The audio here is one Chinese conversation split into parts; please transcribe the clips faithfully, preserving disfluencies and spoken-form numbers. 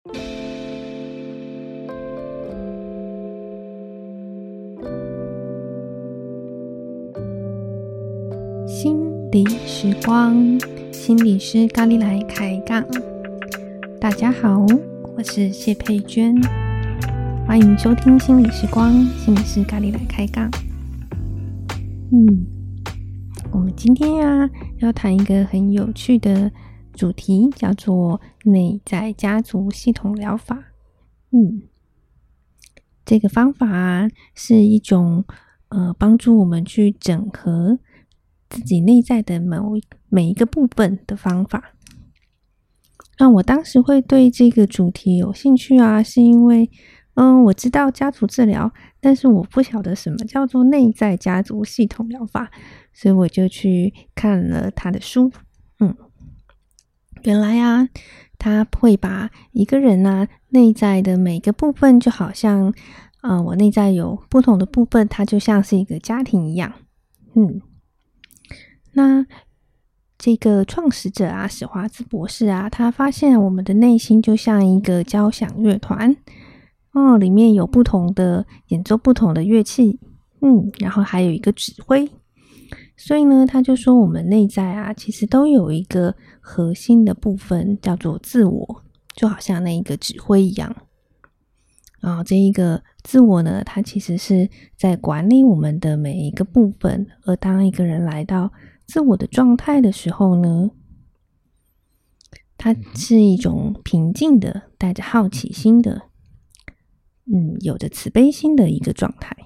心理时光，心理师咖喱来开杠。大家好，我是谢佩娟，欢迎收听心理时光，心理师咖喱来开杠。嗯，我们今天啊要谈一个很有趣的主题，叫做内在家族系统疗法。嗯，这个方法啊是一种呃帮助我们去整合自己内在的某每一个部分的方法。那我当时会对这个主题有兴趣啊，是因为嗯，我知道家族治疗，但是我不晓得什么叫做内在家族系统疗法，所以我就去看了他的书。嗯，原来啊，他会把一个人啊内在的每个部分，就好像呃，我内在有不同的部分，它就像是一个家庭一样。嗯，那这个创始者啊，史华兹博士啊，他发现我们的内心就像一个交响乐团。哦，里面有不同的演奏不同的乐器，嗯，然后还有一个指挥。所以呢，他就说我们内在啊，其实都有一个核心的部分叫做自我，就好像那一个指挥一样。然后这一个自我呢，它其实是在管理我们的每一个部分。而当一个人来到自我的状态的时候呢，它是一种平静的，带着好奇心的，嗯，有着慈悲心的一个状态。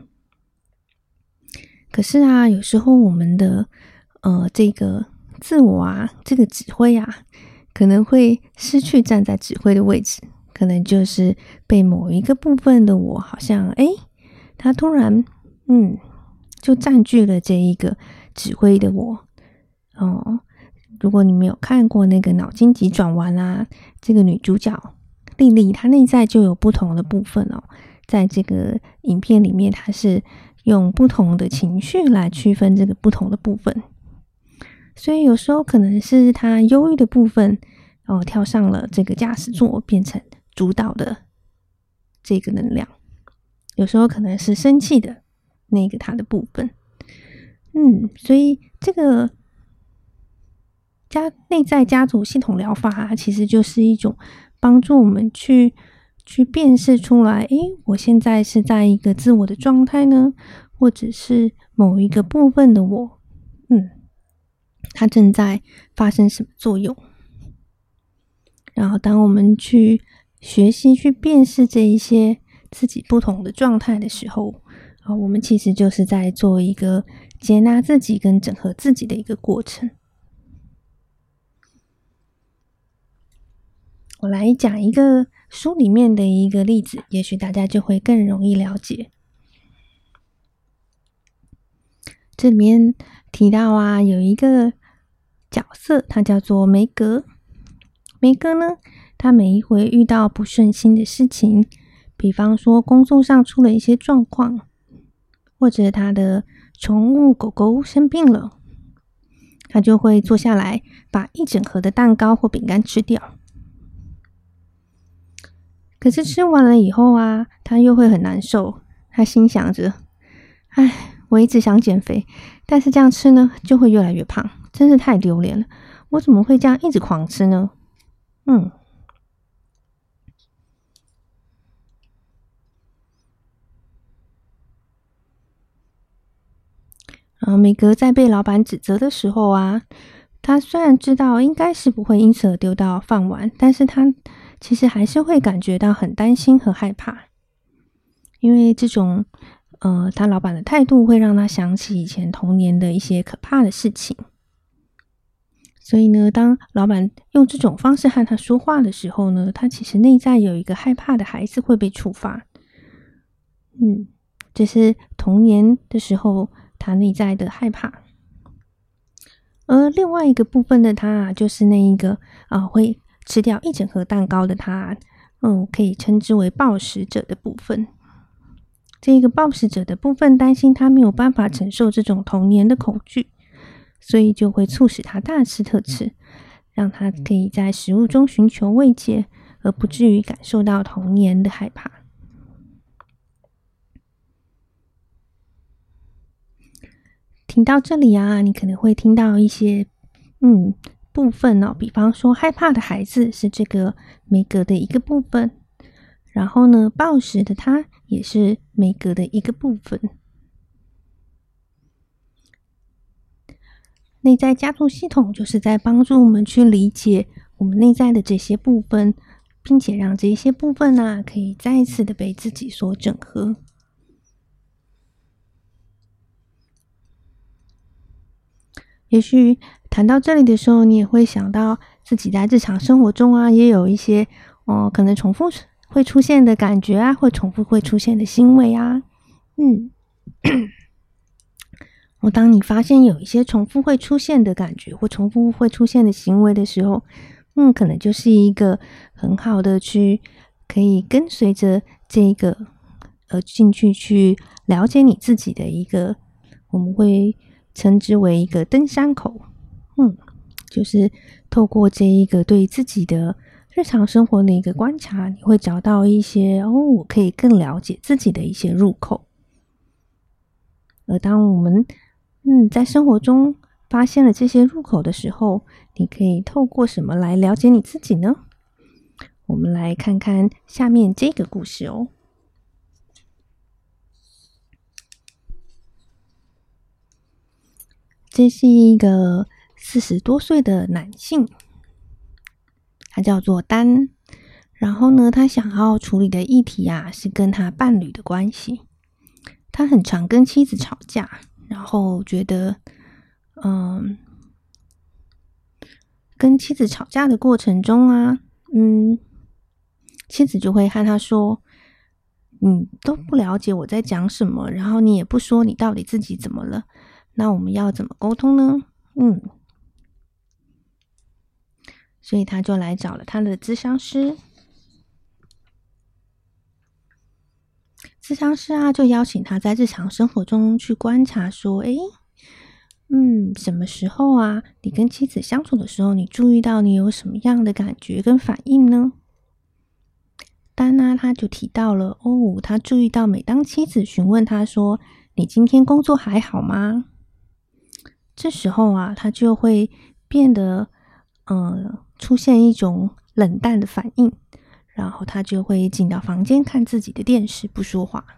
可是啊，有时候我们的呃这个自我啊，这个指挥啊，可能会失去站在指挥的位置，可能就是被某一个部分的我，好像诶，他突然嗯就占据了这一个指挥的我。哦，如果你没有看过那个脑筋急转弯啊，这个女主角莉莉她内在就有不同的部分哦，在这个影片里面，她是用不同的情绪来区分这个不同的部分。所以有时候可能是她忧郁的部分哦，跳上了这个驾驶座，变成主导的这个能量。有时候可能是生气的那个她的部分。嗯，所以这个家内在家族系统疗法啊，其实就是一种帮助我们去去辨识出来，诶，我现在是在一个自我的状态呢，或者是某一个部分的我，嗯，它正在发生什么作用。然后当我们去学习去辨识这一些自己不同的状态的时候，啊，我们其实就是在做一个接纳自己跟整合自己的一个过程。我来讲一个书里面的一个例子，也许大家就会更容易了解。这里面提到啊，有一个角色，他叫做梅格。梅格呢，他每一回遇到不顺心的事情，比方说工作上出了一些状况，或者他的宠物狗狗生病了，他就会坐下来把一整盒的蛋糕或饼干吃掉。可是吃完了以后啊，他又会很难受。他心想着，唉，我一直想减肥，但是这样吃呢，就会越来越胖，真是太丢脸了。我怎么会这样一直狂吃呢？嗯。呃，梅格在被老板指责的时候啊，他虽然知道应该是不会因此而丢到饭碗，但是他其实还是会感觉到很担心和害怕。因为这种呃，他老板的态度会让他想起以前童年的一些可怕的事情。所以呢，当老板用这种方式和他说话的时候呢，他其实内在有一个害怕的孩子会被触发。嗯，这是童年的时候他内在的害怕。而另外一个部分的他啊，就是那一个啊、呃、会吃掉一整盒蛋糕的他，嗯，可以称之为暴食者的部分。这个暴食者的部分担心他没有办法承受这种童年的恐惧，所以就会促使他大吃特吃，让他可以在食物中寻求慰藉， 而不至于感受到童年的害怕。听到这里啊，你可能会听到一些嗯部分哦，比方说害怕的孩子是这个梅格的一个部分，然后呢，暴食的他也是梅格的一个部分。内在家族系统就是在帮助我们去理解我们内在的这些部分，并且让这些部分啊，可以再一次的被自己所整合。也许谈到这里的时候，你也会想到自己在日常生活中啊，也有一些哦，可能重复会出现的感觉啊，或重复会出现的行为啊。嗯，我当你发现有一些重复会出现的感觉或重复会出现的行为的时候，嗯，可能就是一个很好的去可以跟随着这个呃进去去了解你自己的一个，我们会称之为一个登山口。嗯，就是透过这一个对自己的日常生活的一个观察，你会找到一些哦，我可以更了解自己的一些入口。而当我们嗯在生活中发现了这些入口的时候，你可以透过什么来了解你自己呢？我们来看看下面这个故事哦。这是一个四十多岁的男性，他叫做丹。然后呢，他想要处理的议题啊，是跟他伴侣的关系。他很常跟妻子吵架，然后觉得，嗯，跟妻子吵架的过程中啊，嗯，妻子就会和他说：“你都不了解我在讲什么，然后你也不说你到底自己怎么了，那我们要怎么沟通呢？”嗯，所以他就来找了他的咨商师。咨商师啊，就邀请他在日常生活中去观察，说：“诶，嗯，什么时候啊，你跟妻子相处的时候，你注意到你有什么样的感觉跟反应呢？”丹啊，他就提到了，哦，他注意到每当妻子询问他说：“你今天工作还好吗？”这时候啊，他就会变得，呃，出现一种冷淡的反应。然后他就会进到房间看自己的电视，不说话。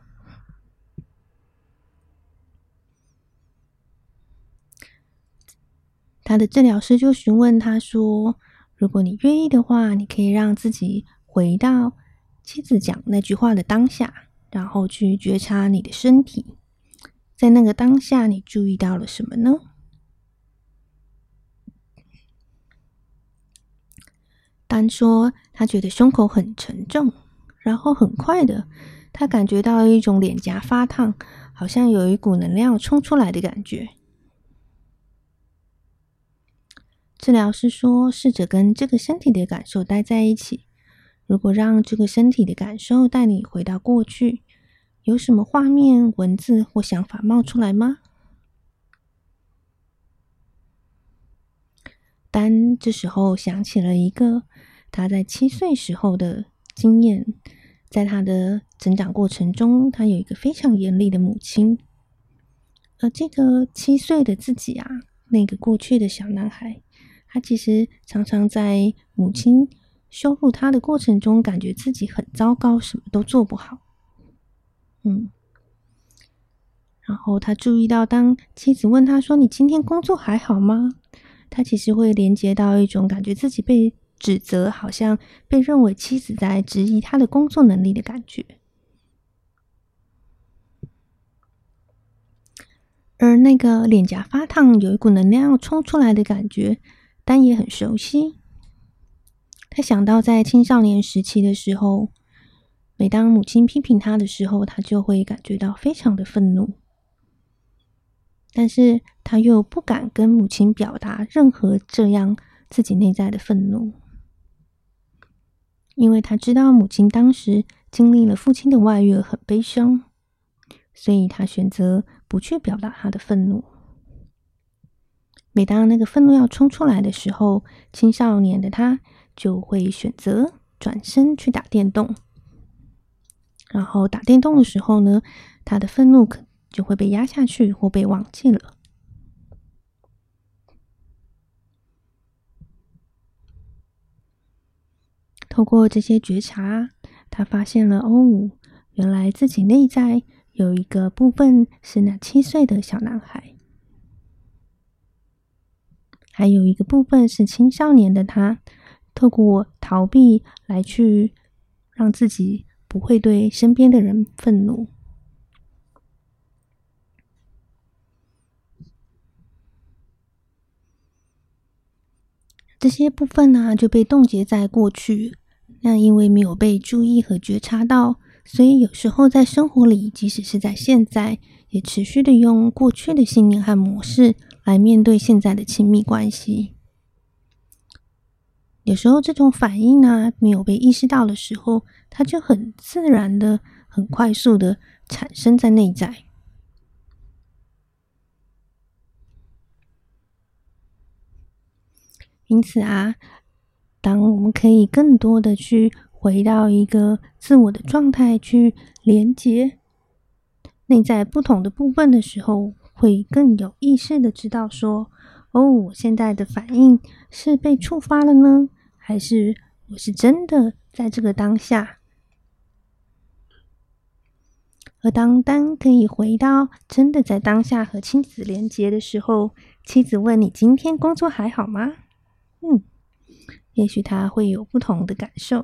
他的治疗师就询问他说：“如果你愿意的话，你可以让自己回到妻子讲那句话的当下，然后去觉察你的身体，在那个当下，你注意到了什么呢？”丹说他觉得胸口很沉重，然后很快的，他感觉到一种脸颊发烫，好像有一股能量冲出来的感觉。治疗师说，试着跟这个身体的感受待在一起。如果让这个身体的感受带你回到过去，有什么画面、文字或想法冒出来吗？丹这时候想起了一个他在七岁时候的经验，在他的成长过程中，他有一个非常严厉的母亲，而这个七岁的自己啊，那个过去的小男孩，他其实常常在母亲羞辱他的过程中，感觉自己很糟糕，什么都做不好。嗯，然后他注意到，当妻子问他说：“你今天工作还好吗？”他其实会连接到一种感觉自己被指责，好像被认为妻子在质疑他的工作能力的感觉。而那个脸颊发烫，有一股能量要冲出来的感觉，丹也很熟悉。他想到在青少年时期的时候，每当母亲批评他的时候，他就会感觉到非常的愤怒。但是他又不敢跟母亲表达任何这样自己内在的愤怒，因为他知道母亲当时经历了父亲的外遇而很悲伤，所以他选择不去表达他的愤怒。每当那个愤怒要冲出来的时候，青少年的他就会选择转身去打电动，然后打电动的时候呢，他的愤怒就会被压下去或被忘记了。透过这些觉察，他发现了哦，原来自己内在有一个部分是那七岁的小男孩，还有一个部分是青少年的他，透过逃避来去让自己不会对身边的人愤怒。这些部分呢、啊、就被冻结在过去，那因为没有被注意和觉察到，所以有时候在生活里，即使是在现在，也持续的用过去的信念和模式来面对现在的亲密关系。有时候这种反应呢、啊、没有被意识到的时候，它就很自然的、很快速的产生在内在。因此啊，当我们可以更多的去回到一个自我的状态，去连接内在不同的部分的时候，会更有意识的知道说，哦，我现在的反应是被触发了呢，还是我是真的在这个当下？而当丹可以回到真的在当下和妻子连接的时候，妻子问你今天工作还好吗？嗯，也许他会有不同的感受。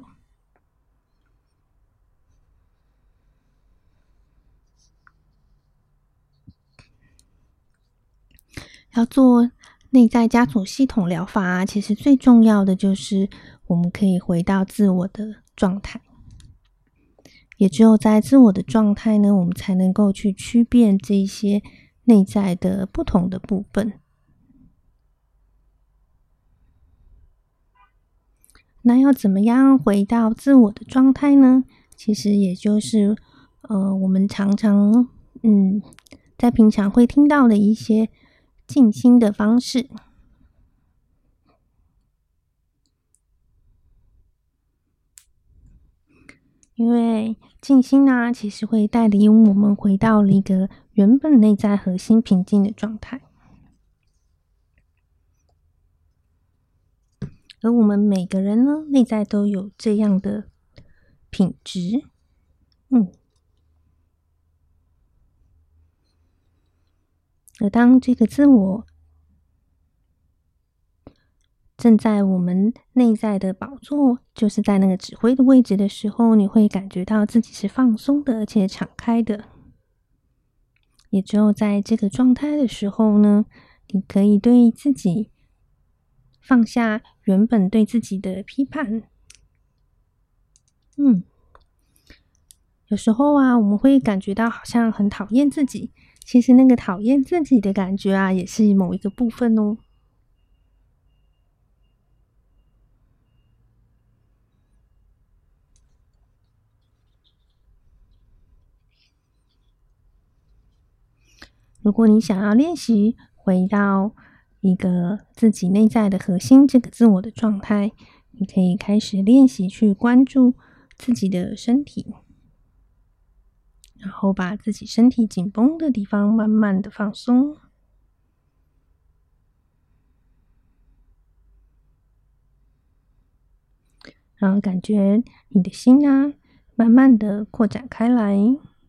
要做内在家族系统疗法啊，其实最重要的就是我们可以回到自我的状态。也只有在自我的状态呢，我们才能够去区辨这一些内在的不同的部分。那要怎么样回到自我的状态呢？其实也就是呃，我们常常嗯，在平常会听到的一些静心的方式。因为静心呢，其实会带领我们回到了一个原本内在核心平静的状态。而我们每个人呢，内在都有这样的品质。嗯，而当这个自我正在我们内在的宝座，就是在那个指挥的位置的时候，你会感觉到自己是放松的，而且敞开的。也只有在这个状态的时候呢，你可以对自己放下原本对自己的批判。嗯，有时候啊，我们会感觉到好像很讨厌自己，其实那个讨厌自己的感觉啊，也是某一个部分哦。如果你想要练习回到一个自己内在的核心，这个自我的状态，你可以开始练习去关注自己的身体，然后把自己身体紧绷的地方慢慢的放松，然后感觉你的心啊，慢慢的扩展开来。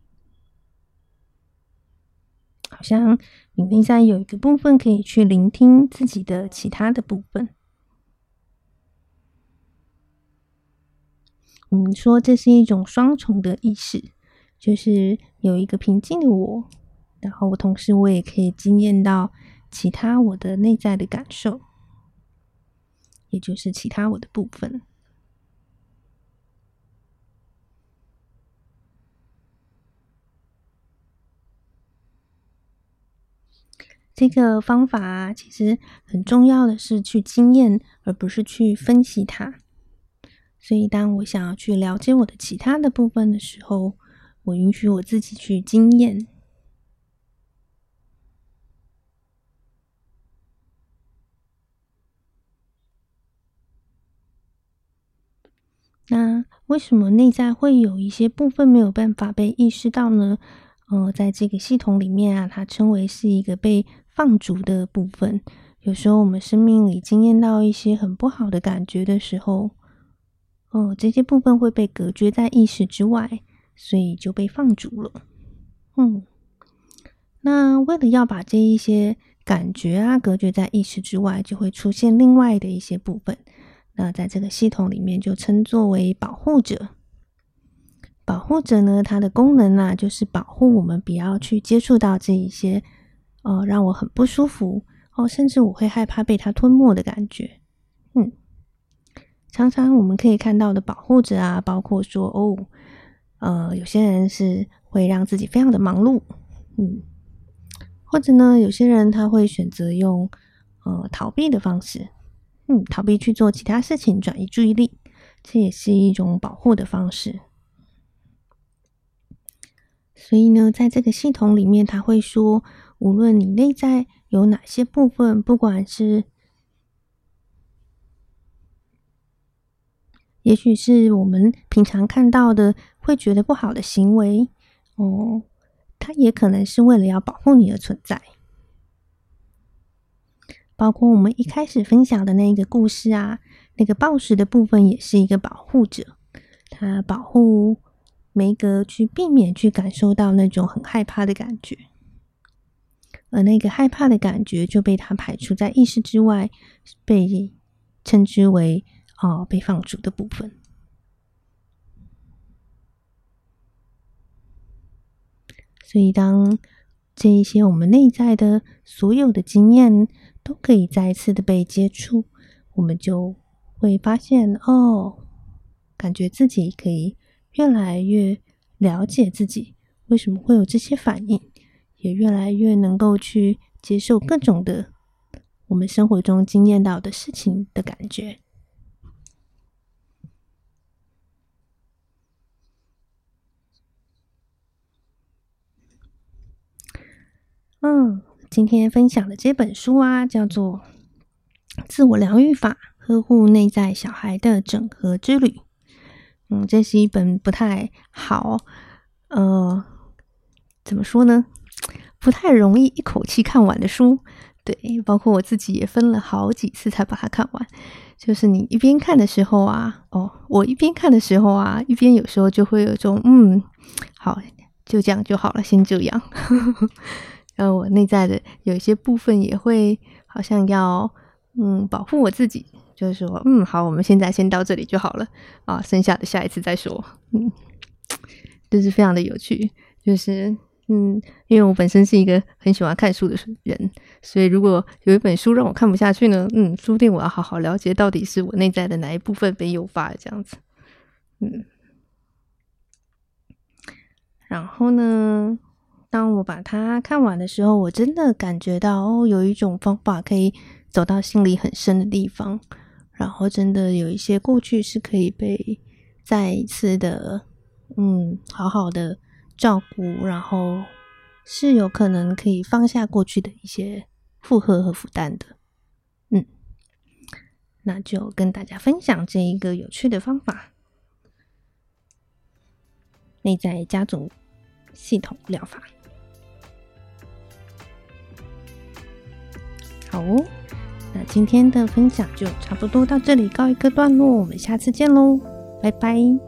好像你内在有一个部分可以去聆听自己的其他的部分。我们说这是一种双重的意识，就是有一个平静的我，然后同时我也可以经验到其他我的内在的感受，也就是其他我的部分。这个方法啊，其实很重要的是去经验，而不是去分析它。所以当我想要去了解我的其他的部分的时候，我允许我自己去经验。那那为什么内在会有一些部分没有办法被意识到呢？呃，在这个系统里面啊，它称为是一个被放逐的部分。有时候我们生命里经验到一些很不好的感觉的时候，呃，这些部分会被隔绝在意识之外，所以就被放逐了。嗯，那为了要把这一些感觉啊隔绝在意识之外，就会出现另外的一些部分。那在这个系统里面就称作为保护者。保护者呢，它的功能啊，就是保护我们不要去接触到这一些呃，让我很不舒服哦，甚至我会害怕被它吞没的感觉。嗯，常常我们可以看到的保护者啊，包括说哦，呃，有些人是会让自己非常的忙碌，嗯，或者呢，有些人他会选择用呃逃避的方式，嗯，逃避去做其他事情，转移注意力，这也是一种保护的方式。所以呢，在这个系统里面，他会说，无论你内在有哪些部分，不管是也许是我们平常看到的会觉得不好的行为哦，它也可能是为了要保护你而存在。包括我们一开始分享的那个故事啊，那个暴食的部分也是一个保护者，它保护梅格去避免去感受到那种很害怕的感觉，而那个害怕的感觉就被他排除在意识之外，被称之为哦被放逐的部分。所以当这一些我们内在的所有的经验都可以再一次的被接触，我们就会发现哦，感觉自己可以越来越了解自己为什么会有这些反应，也越来越能够去接受各种的我们生活中经验到的事情的感觉。嗯，今天分享的这本书啊，叫做《自我疗愈法：呵护内在小孩的整合之旅》。嗯，这是一本不太好，呃，怎么说呢？不太容易一口气看完的书。对，包括我自己也分了好几次才把它看完。就是你一边看的时候啊，哦，我一边看的时候啊，一边有时候就会有种嗯，好，就这样就好了，先这样。然后我内在的有一些部分也会好像要嗯保护我自己，就是说嗯好，我们现在先到这里就好了啊，剩下的下一次再说。嗯，就是非常的有趣，就是嗯，因为我本身是一个很喜欢看书的人，所以如果有一本书让我看不下去呢，嗯，说不定我要好好了解到底是我内在的哪一部分被诱发这样子。嗯，然后呢，当我把它看完的时候，我真的感觉到哦，有一种方法可以走到心里很深的地方，然后真的有一些过去是可以被再一次的嗯好好的照顾，然后是有可能可以放下过去的一些负荷和负担的。嗯，那就跟大家分享这一个有趣的方法，内在家族系统疗法。好哦，那今天的分享就差不多到这里告一个段落，我们下次见喽，拜拜。